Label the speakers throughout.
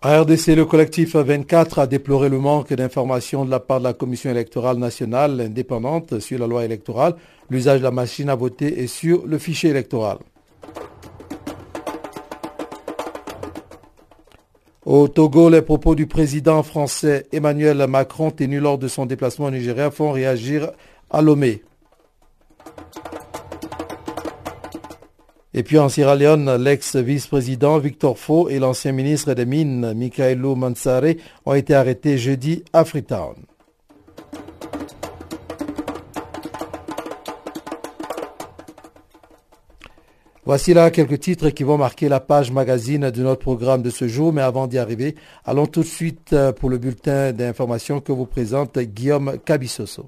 Speaker 1: À RDC, le collectif 24 a déploré le manque d'informations de la part de la Commission électorale nationale indépendante sur la loi électorale, l'usage de la machine à voter et sur le fichier électoral. Au Togo, les propos du président français Emmanuel Macron tenus lors de son déplacement au Nigeria font réagir à Lomé. Et puis en Sierra Leone, l'ex-vice-président Victor Fo et l'ancien ministre des Mines Michaelou Mansare ont été arrêtés jeudi à Freetown. Voici là quelques titres qui vont marquer la page magazine de notre programme de ce jour. Mais avant d'y arriver, allons tout de suite pour le bulletin d'information que vous présente Guillaume Cabissoso.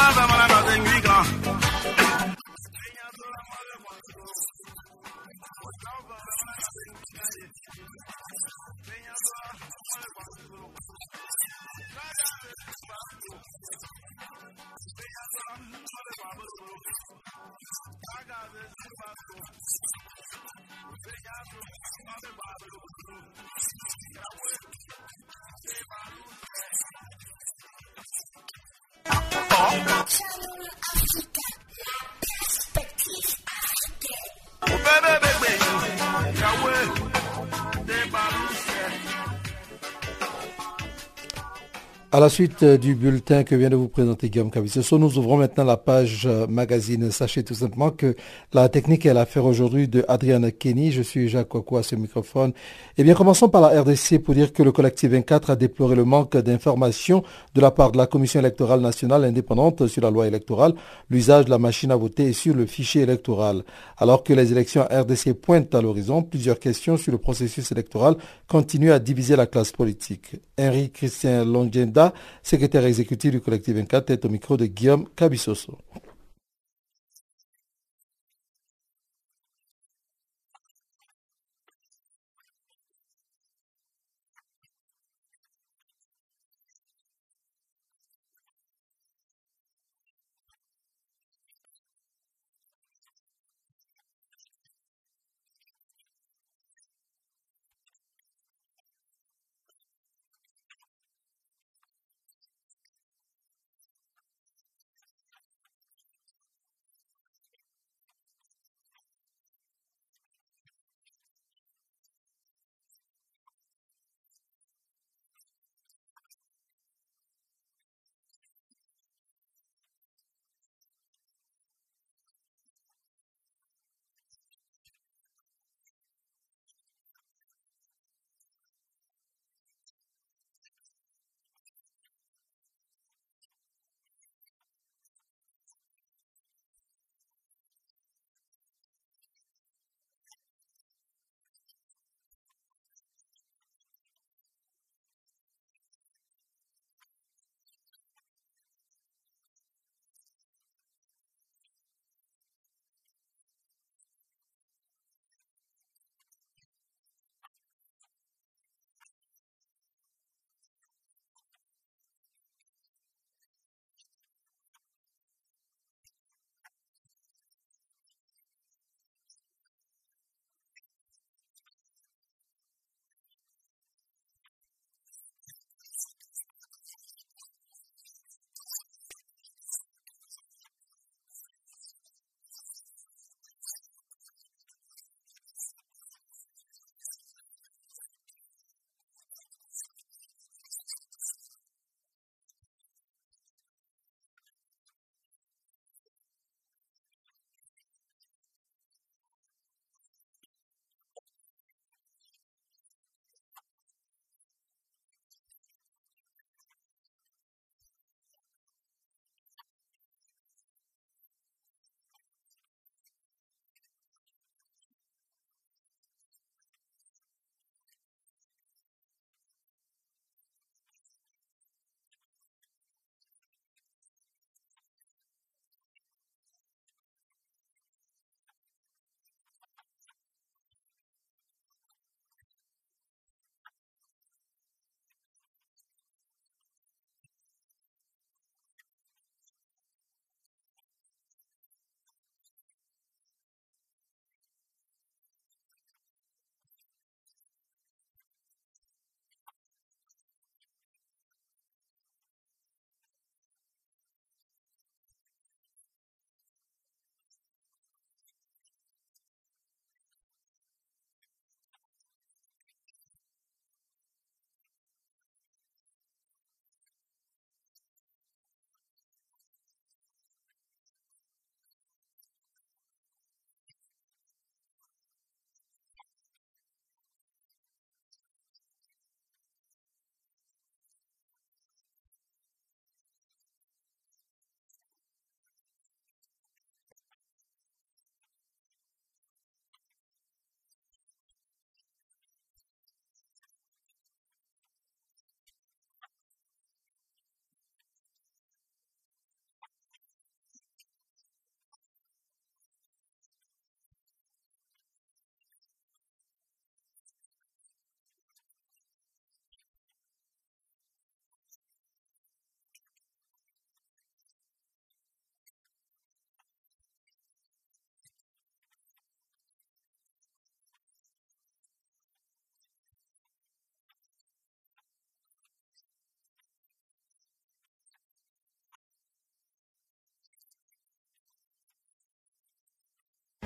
Speaker 1: À la suite du bulletin que vient de vous présenter Guillaume Cabissoso, nous ouvrons maintenant la page magazine. Sachez tout simplement que la technique est l'affaire aujourd'hui de Adriana Kenny. Je suis Jacques Kouakou à ce microphone. Eh bien, commençons par la RDC pour dire que le collectif 24 a déploré le manque d'informations de la part de la Commission électorale nationale indépendante sur la loi électorale, l'usage de la machine à voter et sur le fichier électoral. Alors que les élections à RDC pointent à l'horizon, plusieurs questions sur le processus électoral continuent à diviser la classe politique. Henri Christian Longenda, secrétaire exécutif du collectif 24, est au micro de Guillaume Cabissoso.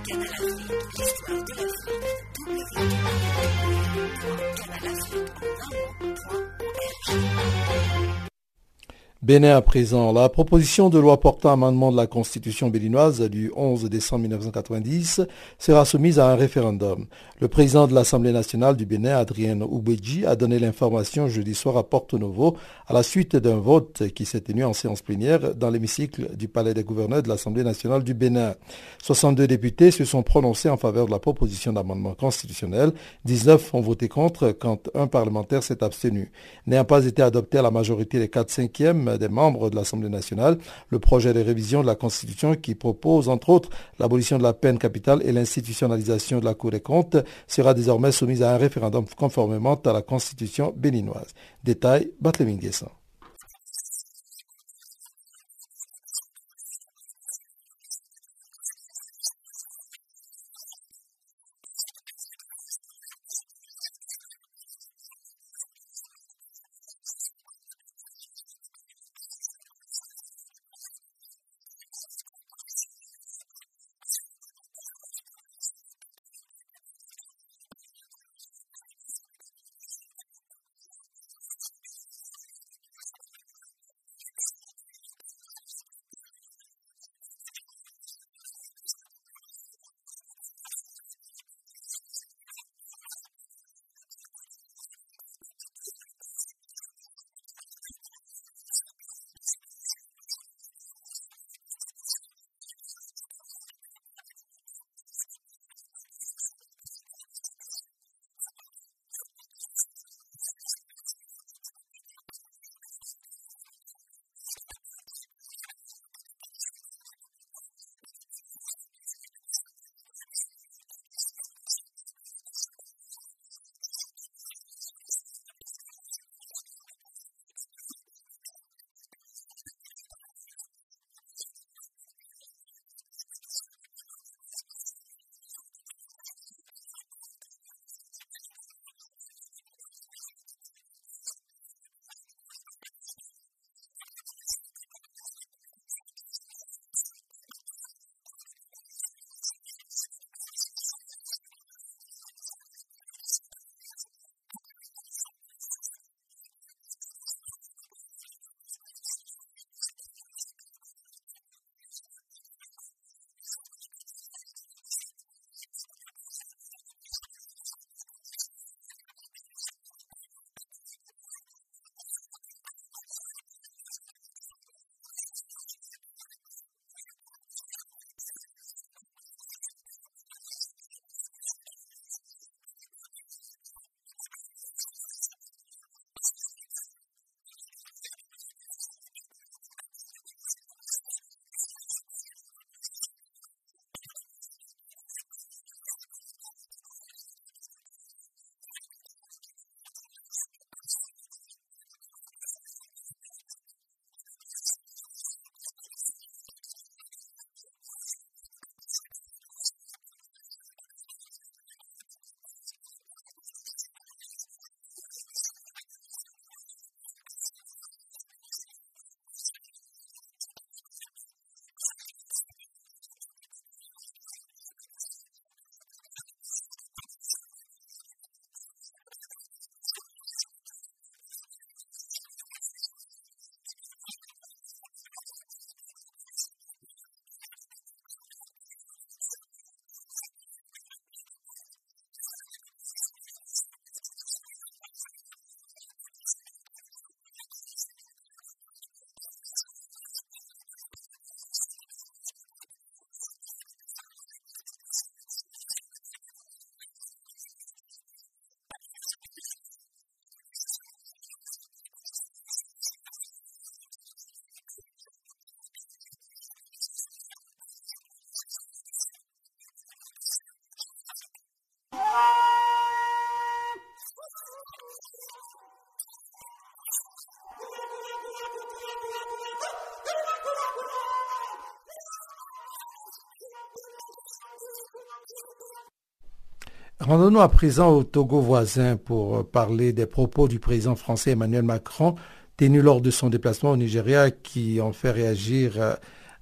Speaker 2: Canal Afrique, l'histoire de l'Afrique. www.canalafrique.org.
Speaker 1: Bénin à présent. La proposition de loi portant amendement de la Constitution béninoise du 11 décembre 1990 sera soumise à un référendum. Le président de l'Assemblée nationale du Bénin, Adrien Oubedji, a donné l'information jeudi soir à Porto Novo à la suite d'un vote qui s'est tenu en séance plénière dans l'hémicycle du Palais des gouverneurs de l'Assemblée nationale du Bénin. 62 députés se sont prononcés en faveur de la proposition d'amendement constitutionnel. 19 ont voté contre quand un parlementaire s'est abstenu. N'ayant pas été adopté à la majorité des 4/5 des membres de l'Assemblée nationale, le projet de révision de la Constitution qui propose entre autres l'abolition de la peine capitale et l'institutionnalisation de la Cour des comptes sera désormais soumise à un référendum conformément à la Constitution béninoise. Détail, Barthélémy Guessan. Rendons-nous à présent au Togo voisin pour parler des propos du président français Emmanuel Macron tenus lors de son déplacement au Nigeria qui ont fait réagir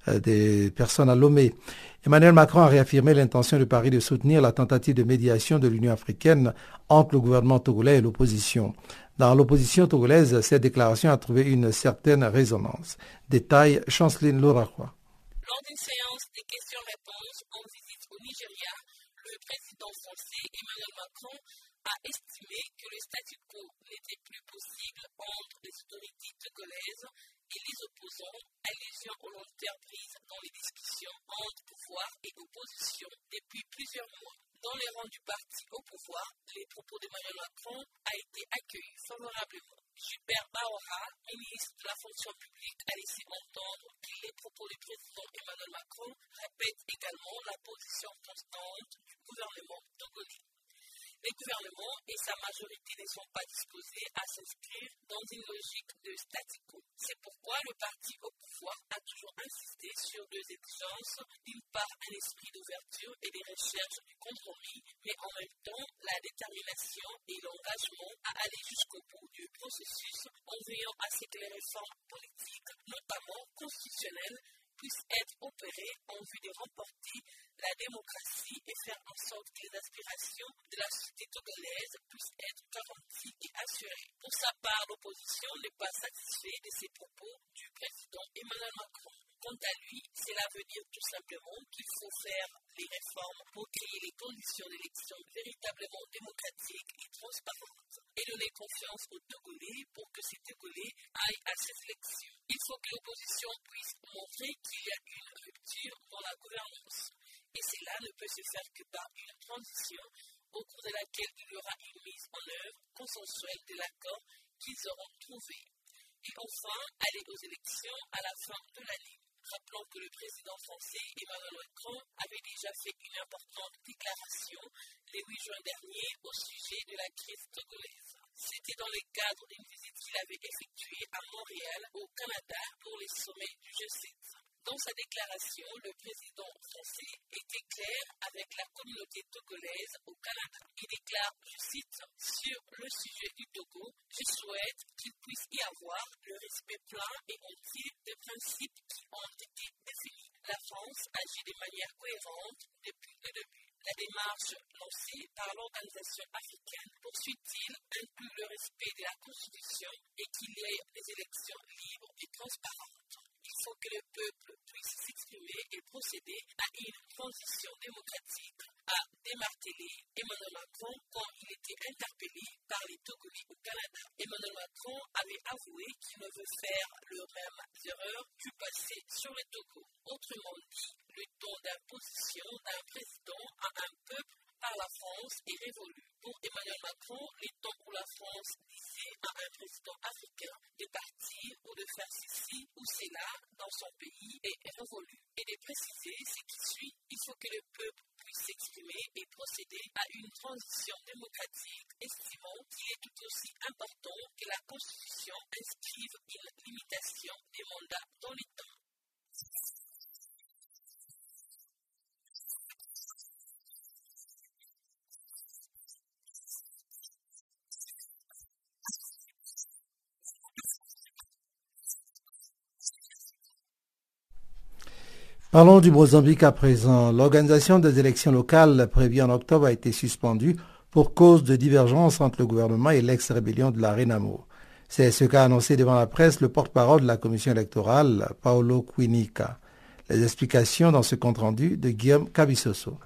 Speaker 1: des personnes à Lomé. Emmanuel Macron a réaffirmé l'intention de Paris de soutenir la tentative de médiation de l'Union africaine entre le gouvernement togolais et l'opposition. Dans l'opposition togolaise, cette déclaration a trouvé une certaine résonance. Détail, Chanceline Loraquois.
Speaker 3: Lors d'une séance des questions-réponses en visite au Nigeria, le président français Emmanuel Macron a estimé que le statu quo n'était plus possible entre les autorités togolaises et les opposants, allusion au long terme prise dans les discussions entre pouvoir et opposition depuis plusieurs mois. Dans les rangs du parti au pouvoir, les propos d'Emmanuel Macron ont été accueillis favorablement. Gilbert Bahora, ministre de la fonction publique, a laissé entendre que les propos du président Emmanuel Macron répètent également la position constante du gouvernement togolais. Le gouvernement et sa majorité ne sont pas disposés à s'inscrire dans une logique de statu quo. C'est pourquoi le parti au pouvoir a toujours insisté sur deux exigences, d'une part un esprit d'ouverture et de recherche du compromis, mais en même temps la détermination et l'engagement à aller jusqu'au bout du processus en veillant à ce que les réformes politiques, notamment constitutionnelles, puissent être opérées en vue de remporter la démocratie et faire en sorte que les aspirations de la société togolaise puissent être garanties et assurées. Pour sa part, l'opposition n'est pas satisfaite de ces propos du président Emmanuel Macron. Quant à lui, cela veut dire tout simplement qu'il faut faire les réformes pour créer les conditions d'élection véritablement démocratiques et transparentes et donner confiance aux Togolais pour que ces Togolais aillent à ces élections. Il faut que l'opposition puisse montrer qu'il y a une rupture dans la gouvernance. Et cela ne peut se faire que par une transition au cours de laquelle il y aura une mise en œuvre consensuelle de l'accord qu'ils auront trouvé. Et enfin, aller aux élections à la fin de l'année. Rappelons que le président français Emmanuel Macron avait déjà fait une importante déclaration le 8 juin dernier au sujet de la crise togolaise. C'était dans le cadre d'une visite qu'il avait effectuée à Montréal, au Canada, pour les sommets du G7. Dans sa déclaration, le président français était clair avec la communauté togolaise au Canada. Il déclare, je cite, sur le sujet du Togo, je souhaite qu'il puisse y avoir le respect plein et entier des principes qui ont été définis. La France agit de manière cohérente depuis le début. La démarche lancée par l'organisation africaine poursuit-il inclut le respect de la Constitution et qu'il y ait des élections libres et transparentes. Il faut que le peuple puisse s'exprimer et procéder à une transition démocratique, a démartelé Emmanuel Macron quand il était interpellé par les Togolais au Canada. Emmanuel Macron avait avoué qu'il ne veut faire les mêmes erreurs du passé sur les Togo. Autrement dit, le ton d'imposition d'un président à un peuple par la France est révolu. Pour Emmanuel Macron, les temps où la France disait à un président africain de partir ou de faire ceci ou cela dans son pays est révolu. Et de préciser ce qui suit, il faut que le peuple puisse s'exprimer et procéder à une transition démocratique, estimant qu'il est tout aussi important que la Constitution inscrive une limitation des mandats dans les temps.
Speaker 1: Parlons du Mozambique à présent. L'organisation des élections locales prévues en octobre a été suspendue pour cause de divergences entre le gouvernement et l'ex-rébellion de la Renamo. C'est ce qu'a annoncé devant la presse le porte-parole de la commission électorale, Paolo Quinica. Les explications dans ce compte-rendu de Guillaume Cabissoso.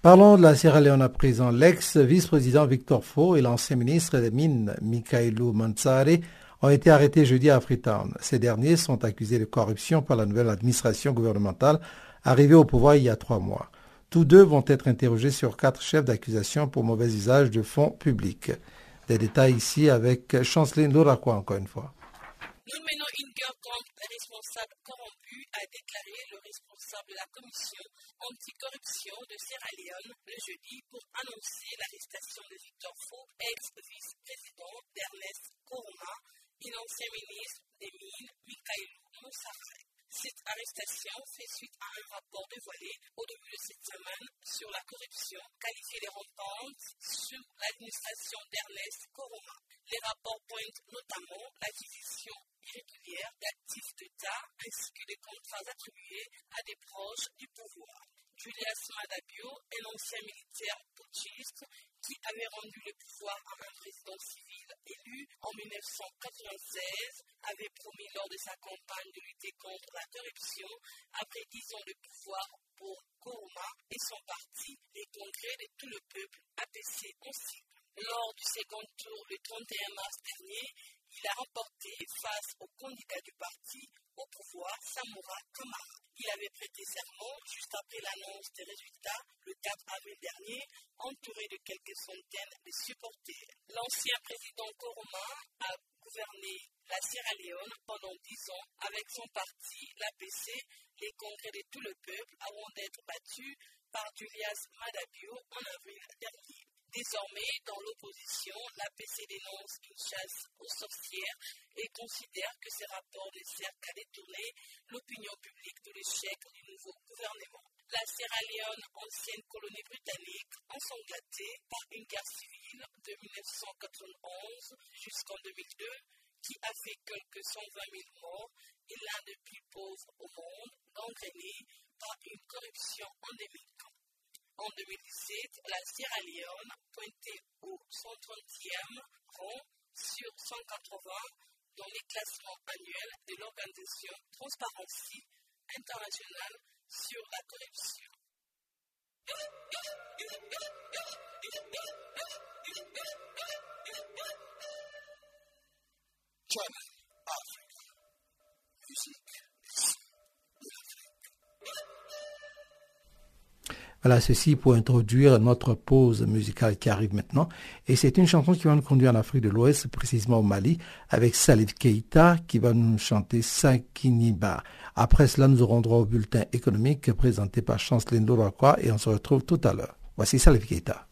Speaker 1: Parlons de la Sierra Leone à présent. L'ex-vice-président Victor Fo et l'ancien ministre des Mines Mikhailou Mantsare ont été arrêtés jeudi à Freetown. Ces derniers sont accusés de corruption par la nouvelle administration gouvernementale arrivée au pouvoir il y a 3 mois. Tous deux vont être interrogés sur 4 chefs d'accusation pour mauvais usage de fonds publics. Des détails ici avec Chanceline Louraquois encore une fois.
Speaker 3: Nous menons une guerre contre les responsables corrompus, a déclaré le responsable de la commission anticorruption de Sierra Leone le jeudi pour annoncer l'arrestation de Victor Fo, ex-vice-président d'Ernest Koroma et l'ancien ministre des Mines Mikhailou Mantsare. Cette arrestation fait suite à un rapport dévoilé au début de cette semaine sur la corruption qualifiée de rampante sous l'administration d'Ernest Koroma. Les rapports pointent notamment l'acquisition irrégulière d'actifs d'État ainsi que des contrats attribués à des proches du pouvoir. Julius Maada Bio, un ancien militaire putschiste qui avait rendu le pouvoir à un président civil élu en 1996, avait promis lors de sa campagne de lutter contre la corruption après 10 ans de pouvoir pour Koroma et son parti, les congrès de tout le peuple APC en cible. Lors du second tour le 31 mars dernier, il a remporté face au candidat du parti au pouvoir, Samora Kamara. Il avait prêté serment juste après l'annonce des résultats le 4 avril dernier, entouré de quelques centaines de supporters. L'ancien président Koroma a gouverné la Sierra Leone pendant 10 ans avec son parti, l'APC, les congrès de tout le peuple, avant d'être battu par Julius Maada Bio en avril dernier. Désormais, dans l'opposition, l'APC dénonce une chasse aux sorcières et considère que ces rapports ne servent qu'à détourner l'opinion publique de l'échec du nouveau gouvernement. La Sierra Leone, ancienne colonie britannique, ensanglatée par une guerre civile de 1991 jusqu'en 2002, qui a fait quelques 120 000 morts, est l'un des plus pauvres au monde, gangréné par une corruption endémique. En 2017, la Sierra Leone pointait au 130e rang sur 180 dans les classements annuels de l'organisation Transparency International sur la corruption.
Speaker 4: Channel Africa. Musique.
Speaker 1: Voilà, ceci pour introduire notre pause musicale qui arrive maintenant. Et c'est une chanson qui va nous conduire en Afrique de l'Ouest, précisément au Mali, avec Salif Keita qui va nous chanter Sakiniba. Après cela, nous aurons droit au bulletin économique présenté par Chanceline Louraquois et on se retrouve tout à l'heure. Voici Salif Keita.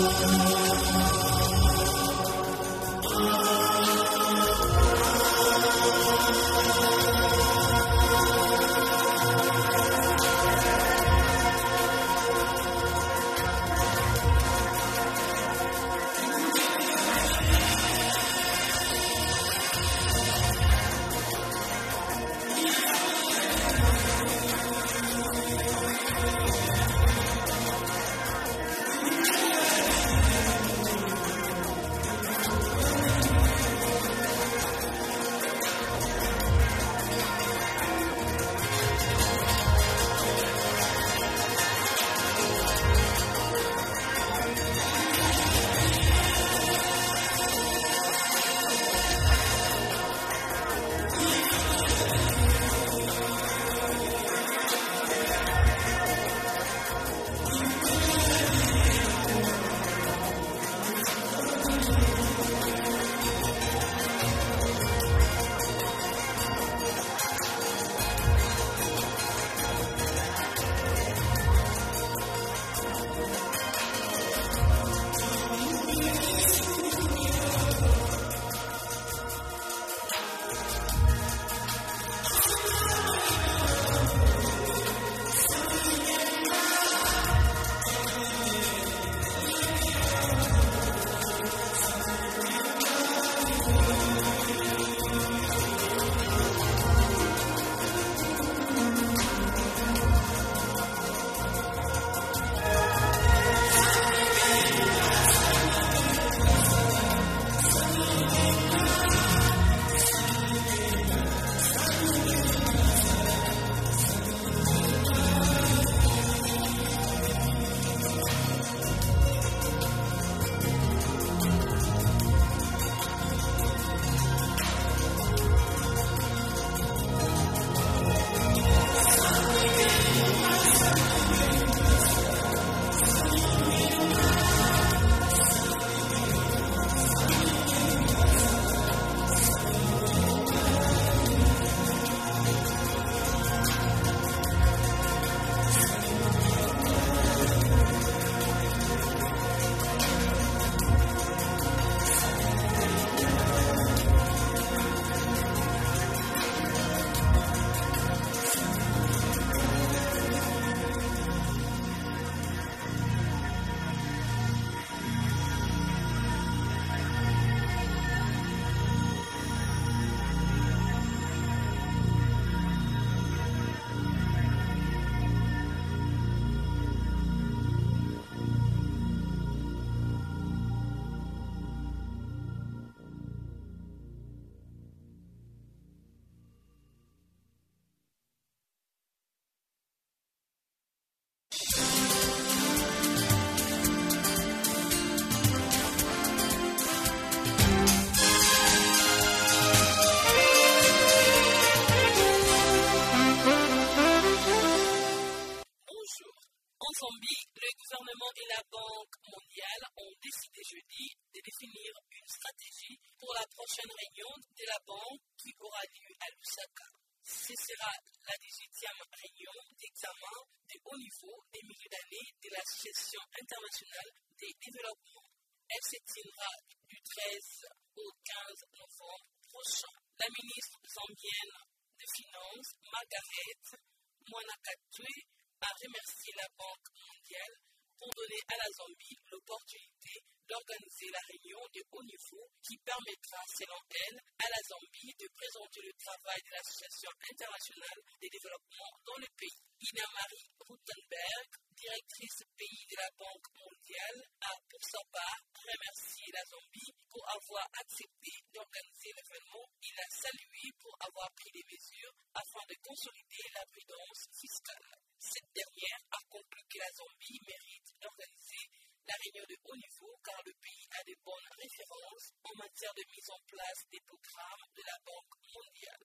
Speaker 3: gouvernement et la Banque mondiale ont décidé jeudi de définir une stratégie pour la prochaine réunion de la Banque qui aura lieu à Lusaka. Ce sera la 18e réunion d'examen de haut niveau des milieux d'année de l'Association internationale des développements. Elle se tiendra du 13 au 15 novembre prochain. La ministre zambienne des Finances, Margaret Mwanakatwe, a remercié la Banque mondiale pour donner à la Zambie l'opportunité d'organiser la réunion de haut niveau qui permettra, selon elle, à la Zambie de présenter le travail de l'Association internationale des développements dans le pays. Ina Marie Rutenberg, directrice pays de la Banque mondiale, a pour sa part remercié la Zambie pour avoir accepté d'organiser l'événement et l'a salué pour avoir pris des mesures afin de consolider la prudence fiscale. Cette dernière a conclu que la Zambie mérite d'organiser la réunion de haut niveau car le pays a de bonnes références en matière de mise en place des programmes de la Banque mondiale.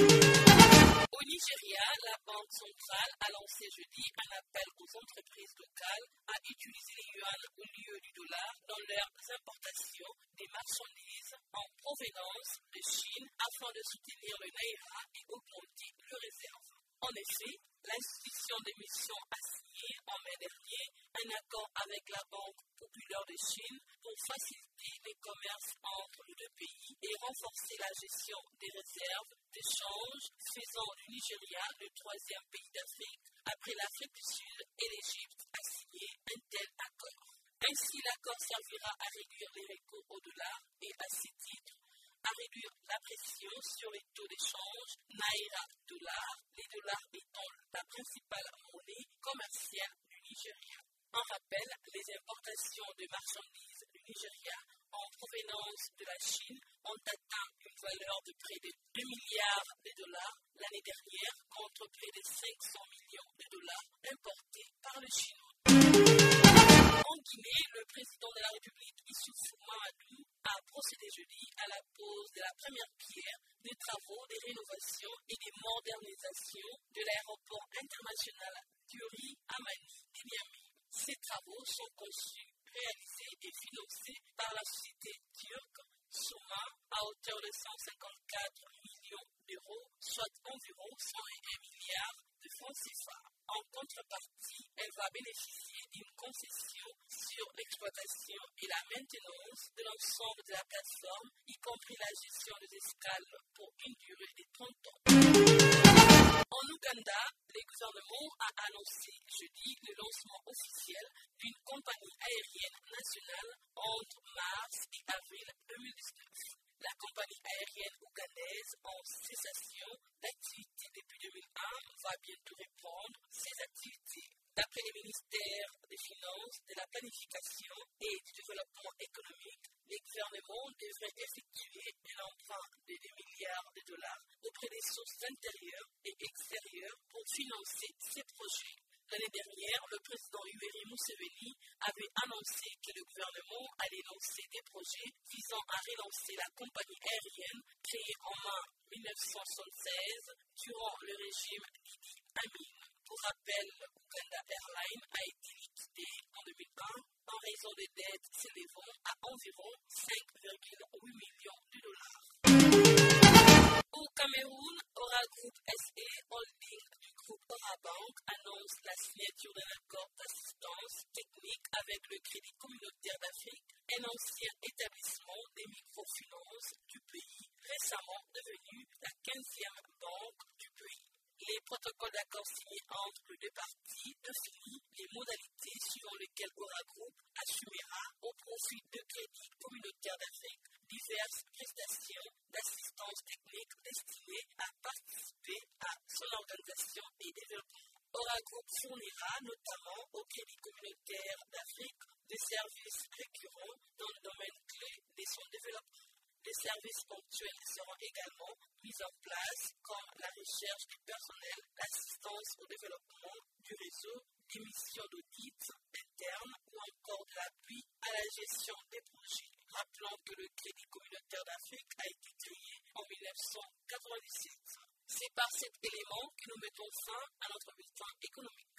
Speaker 3: Au Nigeria, la Banque centrale a lancé jeudi un appel aux entreprises locales à utiliser les yuan au lieu du dollar dans leurs importations des marchandises en provenance de Chine afin de soutenir le naira et augmenter leurs réserves. En effet, l'institution d'émission a signé en mai dernier un accord avec la Banque populaire de Chine pour faciliter les commerces entre les deux pays et renforcer la gestion des réserves d'échange, faisant du Nigeria le troisième pays d'Afrique après l'Afrique du Sud et l'Égypte à signer un tel accord. Ainsi, l'accord servira à réduire les recours au dollar et à ces titres à réduire la pression sur les taux d'échange naira-dollar, les dollars étant la principale monnaie commerciale du Nigeria. En rappel, les importations de marchandises du Nigeria en provenance de la Chine ont atteint une valeur de près de 2 milliards de dollars l'année dernière contre près de 500 millions de dollars importés par le Chinois. En Guinée, le président de la République, Issoufou Mahamadou, a procédé jeudi à la pose de la première pierre des travaux de rénovation et de modernisation de l'aéroport international Diori Amani de Niamey. Ces travaux sont conçus, réalisés et financés par la société turque Soma à hauteur de 154 millions d'euros, soit environ 101 milliards de francs CFA. En contrepartie, elle va bénéficier d'une concession sur l'exploitation et la maintenance de l'ensemble de la plateforme, y compris la gestion des escales pour une durée de 30 ans. En Ouganda, le gouvernement a annoncé jeudi le lancement officiel d'une compagnie aérienne nationale entre mars et avril 2019. La compagnie aérienne ougandaise en cessation d'activité depuis 2001 va bientôt reprendre ses activités. D'après le ministère des Finances, de la Planification et du Développement économique, le gouvernement devrait effectuer un emprunt de 2 milliards de dollars auprès des sources intérieures et extérieures pour financer ces projets. L'année dernière, le président Yoweri Museveni avait annoncé que le gouvernement allait lancer des projets visant à relancer la compagnie aérienne créée en mai 1976 durant le régime d'Idi Amin. Pour rappel, Uganda Airlines a été liquidée en 2001 en raison des dettes s'élevant à environ 5,8 millions de dollars. Au Cameroun, Ora Group SA Holding du groupe Ora Bank annonce la signature d'un accord d'assistance technique avec le Crédit communautaire d'Afrique, un ancien établissement des microfinances du pays, récemment devenu la 15e banque du pays. Les protocoles d'accord signés entre les deux parties définissent les modalités suivant lesquelles Ora Group assumera au profit de Crédit communautaire d'Afrique diverses prestations d'assistance technique destinées à participer à son organisation et développement. Ora Group fournira notamment au Crédit communautaire d'Afrique des services récurrents dans le domaine clé de son développement. Des services ponctuels seront également mis en place comme la recherche du personnel, l'assistance au développement du réseau, des missions d'audit interne ou encore de l'appui à la gestion des projets. Rappelons que le Crédit communautaire d'Afrique a été créé en 1997. C'est par cet élément que nous mettons fin à notre bulletin économique.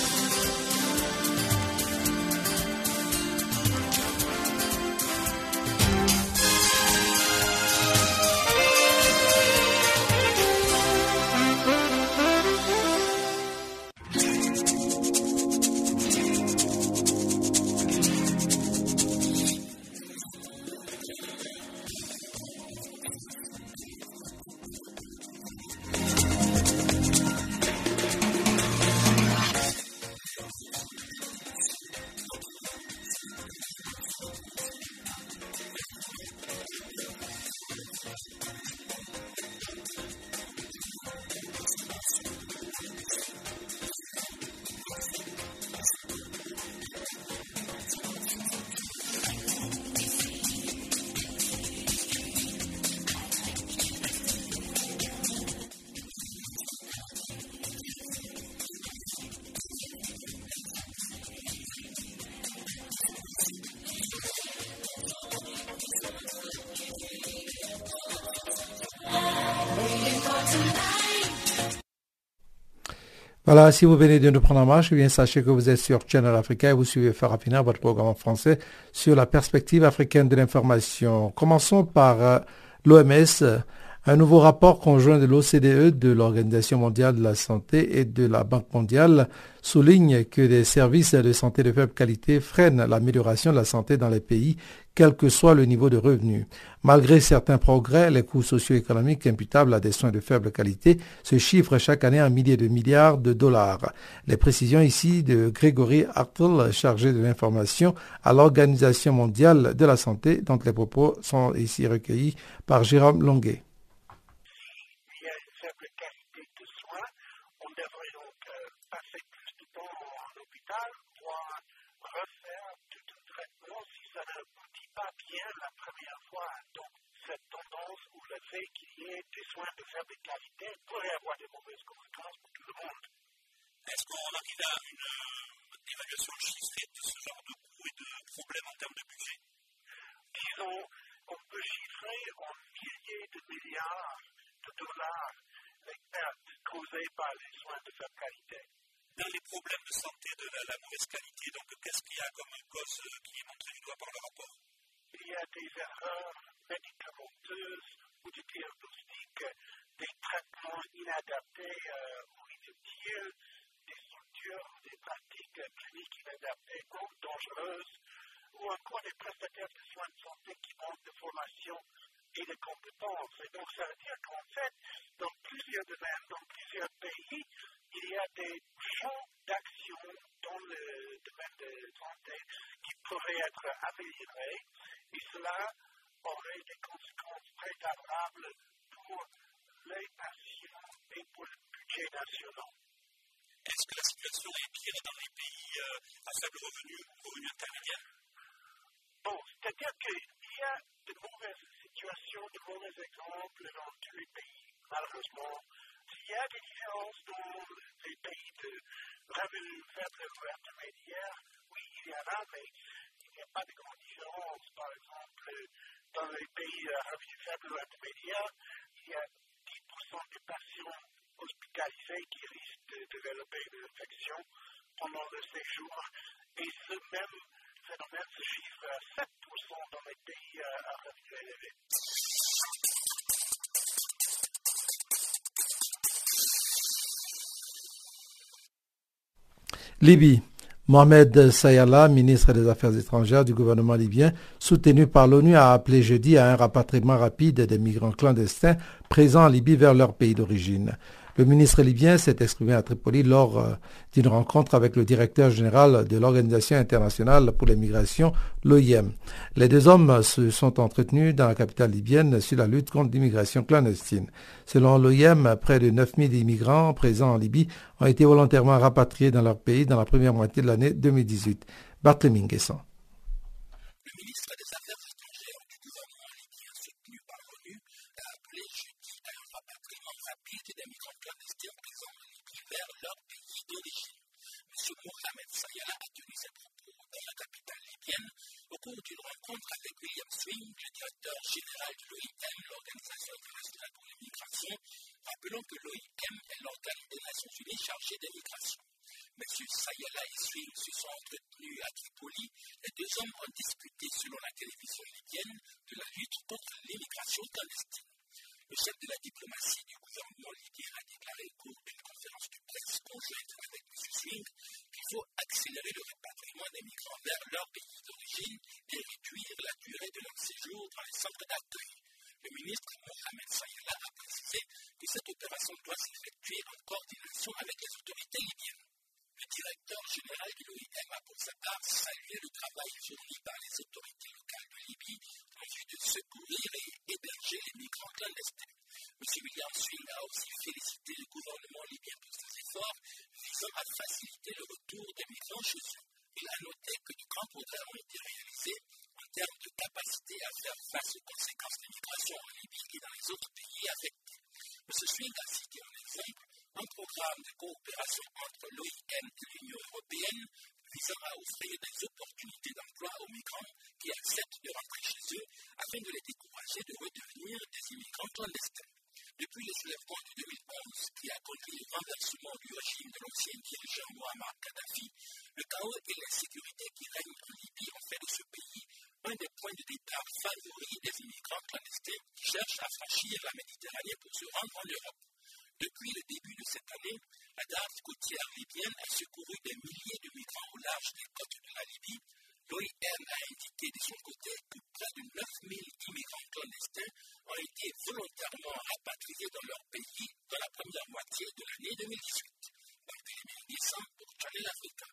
Speaker 1: Voilà, si vous venez de nous prendre en marche, eh bien, sachez que vous êtes sur Channel Africa et vous suivez Farafina, votre programme en français sur la perspective africaine de l'information. Commençons par l'OMS Un nouveau rapport conjoint de l'OCDE, de l'Organisation mondiale de la santé et de la Banque mondiale souligne que des services de santé de faible qualité freinent l'amélioration de la santé dans les pays, quel que soit le niveau de revenus. Malgré certains progrès, les coûts socio-économiques imputables à des soins de faible qualité se chiffrent chaque année en milliers de milliards de dollars. Les précisions ici de Grégory Hartl, chargé de l'information à l'Organisation mondiale de la santé, dont les propos sont ici recueillis par Jérôme Longuet.
Speaker 5: Il y a une faible qualité de soins. On devrait donc passer plus de temps en hôpital pour refaire tout un traitement si ça n'aboutit pas bien la première fois. Donc, cette tendance ou le fait qu'il y ait des soins de faible qualité pourrait avoir de mauvaises conséquences pour tout le monde.
Speaker 4: Est-ce qu'on arrive à une évaluation chiffrée de ce genre de coûts et de problèmes en termes de budget?
Speaker 5: Disons, on peut chiffrer en milliers de milliards de dollars les pertes causées par les soins de faible qualité.
Speaker 4: Dans les problèmes de santé de la mauvaise qualité, donc qu'est-ce qu'il y a comme cause qui est montrée du doigt par le rapport?
Speaker 5: Il y a des erreurs médicamenteuses ou de diagnostic, des traitements inadaptés ou inutiles, des structures, des pratiques cliniques inadaptées ou dangereuses, ou encore des prestataires de soins de santé qui manquent de formation et de compétences. Et donc, ça veut dire qu'en fait, dans plusieurs domaines, dans plusieurs pays, il y a des champs d'action dans le domaine de santé qui pourraient être améliorés, et cela aurait des conséquences très favorables pour les patients et pour le budget national.
Speaker 4: Est-ce que la situation est pire dans les pays à faible revenu ou revenu intermédiaire?
Speaker 5: Bon, c'est-à-dire qu'il y a de mauvaises situations, de mauvais exemples dans tous les pays, malheureusement. Il y a des différences dans les pays de revenus faibles ou intermédiaires. Oui, il y en a, mais il n'y a pas de grande différence. Par exemple, dans les pays de revenus faibles ou intermédiaires, il y a 10% des patients hospitalisés qui risquent de développer une infection pendant le séjour. Et ce même phénomène se chiffre à 7% dans les pays à revenus élevés.
Speaker 1: Libye. Mohamed Sayala, ministre des Affaires étrangères du gouvernement libyen, soutenu par l'ONU, a appelé jeudi à un rapatriement rapide des migrants clandestins présents en Libye vers leur pays d'origine. Le ministre libyen s'est exprimé à Tripoli lors d'une rencontre avec le directeur général de l'Organisation internationale pour les migrations, l'OIM. Les deux hommes se sont entretenus dans la capitale libyenne sur la lutte contre l'immigration clandestine. Selon l'OIM, près de 9000 immigrants présents en Libye ont été volontairement rapatriés dans leur pays dans la première moitié de l'année 2018. Barthélémy Nguessan.
Speaker 4: Le ministre des Affaires étrangères du gouvernement libyen soutenu par l'ONU a appelé jeudi à un rapatriement rapide des migrants clandestins présents en Libye vers leur pays d'origine. M. Mohamed Sayala a tenu ses propos dans la capitale libyenne au cours d'une rencontre avec William Swing, le directeur général de l'OIM, l'Organisation internationale pour les migrations, rappelant que l'OIM est l'organe des Nations Unies chargé des migrations. M. Sayala et Swing se sont entretenus à Tripoli. Les deux hommes ont discuté, selon la télévision libyenne, de la lutte contre l'immigration clandestine. Le chef de la diplomatie du gouvernement libyen a déclaré au cours d'une conférence de presse conjointe avec M. Swing qu'il faut accélérer le rapatriement des migrants vers leur pays d'origine et réduire la durée de leur séjour dans les centres d'accueil. Le ministre Mohamed Sayala a précisé que cette opération doit s'effectuer en coordination avec les autorités libyennes. Le directeur général de l'OIM a pour sa part salué le travail fourni par les autorités locales de Libye en vue de secourir et héberger les migrants clandestins. M. William Swing a aussi félicité le gouvernement libyen pour ses efforts visant à faciliter le retour des migrants chez eux. Il a noté que de grands progrès ont été réalisés en termes de capacité à faire face aux conséquences des migrations en Libye et dans les autres pays affectés. M. Swing a cité en exemple un programme de coopération entre l'OIM et l'Union européenne visant à offrir des opportunités d'emploi aux migrants qui acceptent de rentrer chez eux afin de les décourager de redevenir des immigrants clandestins. Depuis le soulèvement de 2011 qui a conduit au renversement du régime de l'ancien dirigeant Muammar Kadhafi, le chaos et l'insécurité qui règnent en Libye ont fait de ce pays un des points de départ favoris des immigrants clandestins qui cherchent à franchir la Méditerranée pour se rendre en Europe. Depuis le début de cette année, la garde côtière libyenne a secouru des milliers de migrants au large des côtes de la Libye. L'OIM a indiqué de son côté que près de 9000 immigrants clandestins ont été volontairement rapatriés dans leur pays dans la première moitié de l'année 2018. Barthélémy Nguessan pour Channel Africa.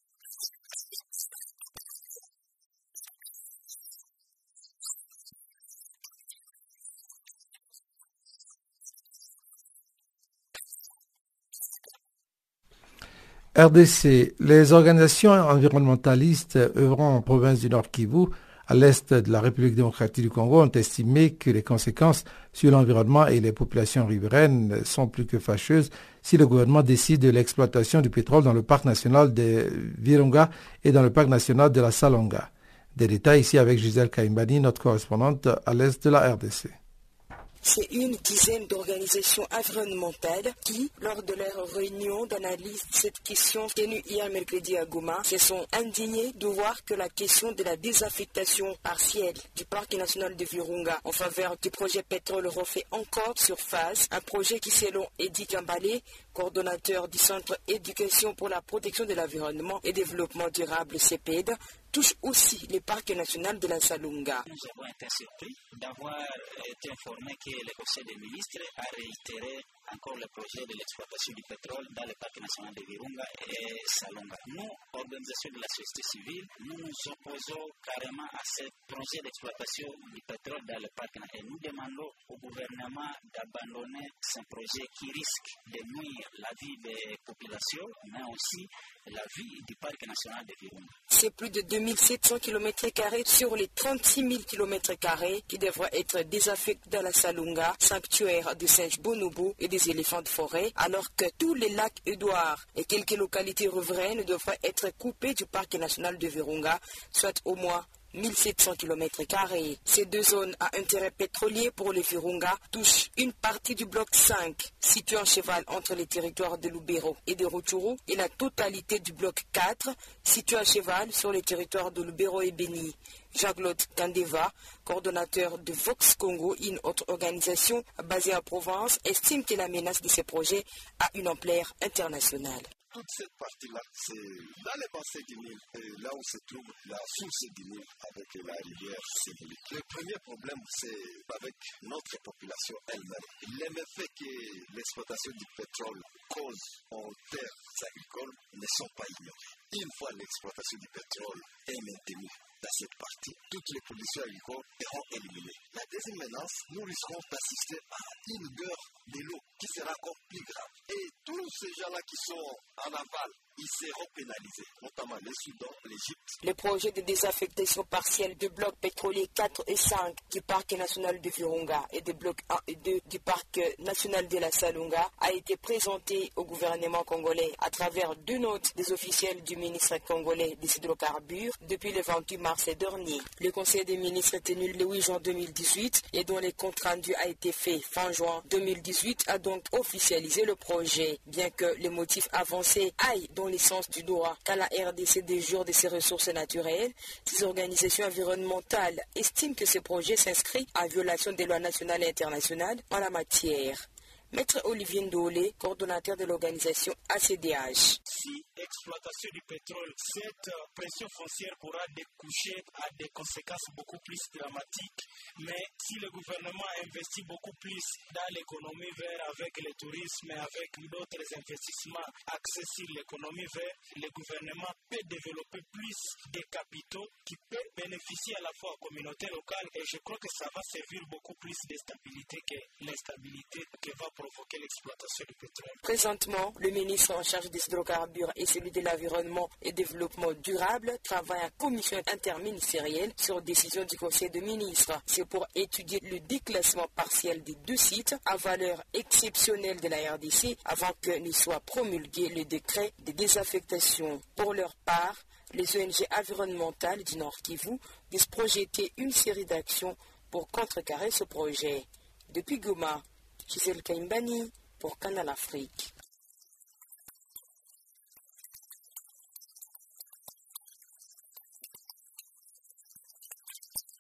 Speaker 1: RDC, les organisations environnementalistes œuvrant en province du Nord Kivu, à l'est de la République démocratique du Congo, ont estimé que les conséquences sur l'environnement et les populations riveraines sont plus que fâcheuses si le gouvernement décide de l'exploitation du pétrole dans le parc national de Virunga et dans le parc national de la Salonga. Des détails ici avec Gisèle Kaimbani, notre correspondante à l'est de la RDC.
Speaker 6: C'est une dizaine d'organisations environnementales qui, lors de leur réunion d'analyse de cette question tenue hier mercredi à Goma, se sont indignées de voir que la question de la désaffectation partielle du parc national de Virunga en faveur du projet pétrole refait encore surface. Un projet qui, selon Eddy Kambale, coordonnateur du Centre Éducation pour la protection de l'environnement et développement durable CEPED, touche aussi le parc national de la Salunga.
Speaker 7: Nous avons été surpris d'avoir été informés que le Conseil des ministres a réitéré encore le projet de l'exploitation du pétrole dans le parc national de Virunga et Salonga. Nous, organisation de la société civile, nous nous opposons carrément à ce projet d'exploitation du pétrole dans le parc national et nous demandons au gouvernement d'abandonner ce projet qui risque de nuire la vie des populations, mais aussi la vie du parc national de Virunga.
Speaker 6: C'est plus de 2700 km² sur les 36 000 km² qui devraient être désaffectés dans la Salunga, sanctuaire de singes bonobos et des éléphants de forêt, alors que tous les lacs Édouard et quelques localités riveraines devraient être coupés du parc national de Virunga, soit au moins 1700 km². Ces deux zones à intérêt pétrolier pour les Virunga touchent une partie du bloc 5, situé en cheval entre les territoires de Lubero et de Rutshuru, et la totalité du bloc 4, situé à cheval sur les territoires de Lubero et Beni. Jean-Claude Kandeva, coordonnateur de Vox Congo, une autre organisation basée en Provence, estime que la menace de ces projets a une ampleur internationale.
Speaker 8: Toute cette partie-là, c'est dans les bassins du Nil, là où se trouve la source du Nil avec la rivière Sénégal. Le premier problème, c'est avec notre population elle-même. Les méfaits que l'exploitation du pétrole cause en terres agricoles ne sont pas ignorés. Une fois l'exploitation du pétrole est maintenue dans cette partie, toutes les pollutions agricoles seront éliminées. La deuxième menace, nous risquons d'assister à une guerre de l'eau qui sera encore plus grave. Et tous ces gens-là qui sont en aval, ils seront pénalisés, notamment le Soudan, l'Égypte.
Speaker 6: Le projet de désaffectation partielle du bloc pétrolier 4 et 5 du parc national de Virunga et des blocs 1 et 2 du parc national de la Salunga a été présenté au gouvernement congolais à travers deux notes des officiels du ministre congolais des hydrocarbures depuis le 28 mars dernier. Le Conseil des ministres tenu le 8 juin 2018 et dont le compte rendu a été fait fin juin 2018 a donc officialisé le projet, bien que les motifs avancés aillent dans le sens du droit qu'à la RDC déjure de ses ressources naturelles. Ces organisations environnementales estiment que ce projet s'inscrit en violation des lois nationales et internationales en la matière. Maître Olivier Ndolé, coordonnateur de l'organisation ACDH.
Speaker 5: Si l'exploitation du pétrole, cette pression foncière pourra découcher à des conséquences beaucoup plus dramatiques, mais si le gouvernement investit beaucoup plus dans l'économie verte avec le tourisme et avec d'autres investissements axés sur l'économie verte, le gouvernement peut développer plus de capitaux qui peuvent bénéficier à la fois aux communautés locales et je crois que ça va servir beaucoup plus de stabilité que l'instabilité que va provoquer l'exploitation du pétrole.
Speaker 6: Présentement, le ministre en charge des hydrocarbures et celui de l'environnement et développement durable travaillent en commission interministérielle sur décision du Conseil des ministres. C'est pour étudier le déclassement partiel des deux sites à valeur exceptionnelle de la RDC avant que ne soit promulgué le décret de désaffectation. Pour leur part, les ONG environnementales du Nord Kivu disent projeter une série d'actions pour contrecarrer ce projet. Depuis Goma, Gisèle Kaimbani pour Canal Afrique.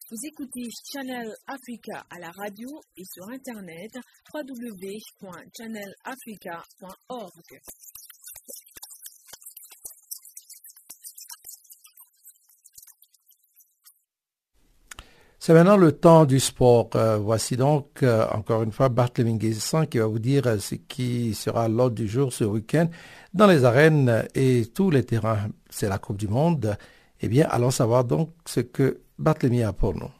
Speaker 9: Vous écoutez Channel Africa à la radio et sur internet www.channelafrica.org.
Speaker 1: C'est maintenant le temps du sport. Voici donc encore une fois Barthélémy Nguessan qui va vous dire ce qui sera l'ordre du jour ce week-end dans les arènes et tous les terrains. C'est la Coupe du Monde. Eh bien, allons savoir donc ce que Barthélémy a pour nous.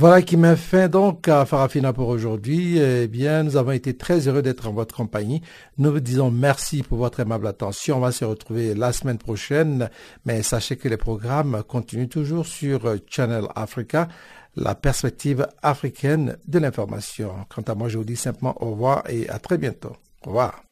Speaker 1: Voilà qui met fin donc à Farafina pour aujourd'hui. Eh bien, nous avons été très heureux d'être en votre compagnie. Nous vous disons merci pour votre aimable attention. On va se retrouver la semaine prochaine, mais sachez que les programmes continuent toujours sur Channel Africa, la perspective africaine de l'information. Quant à moi, je vous dis simplement au revoir et à très bientôt. Au revoir.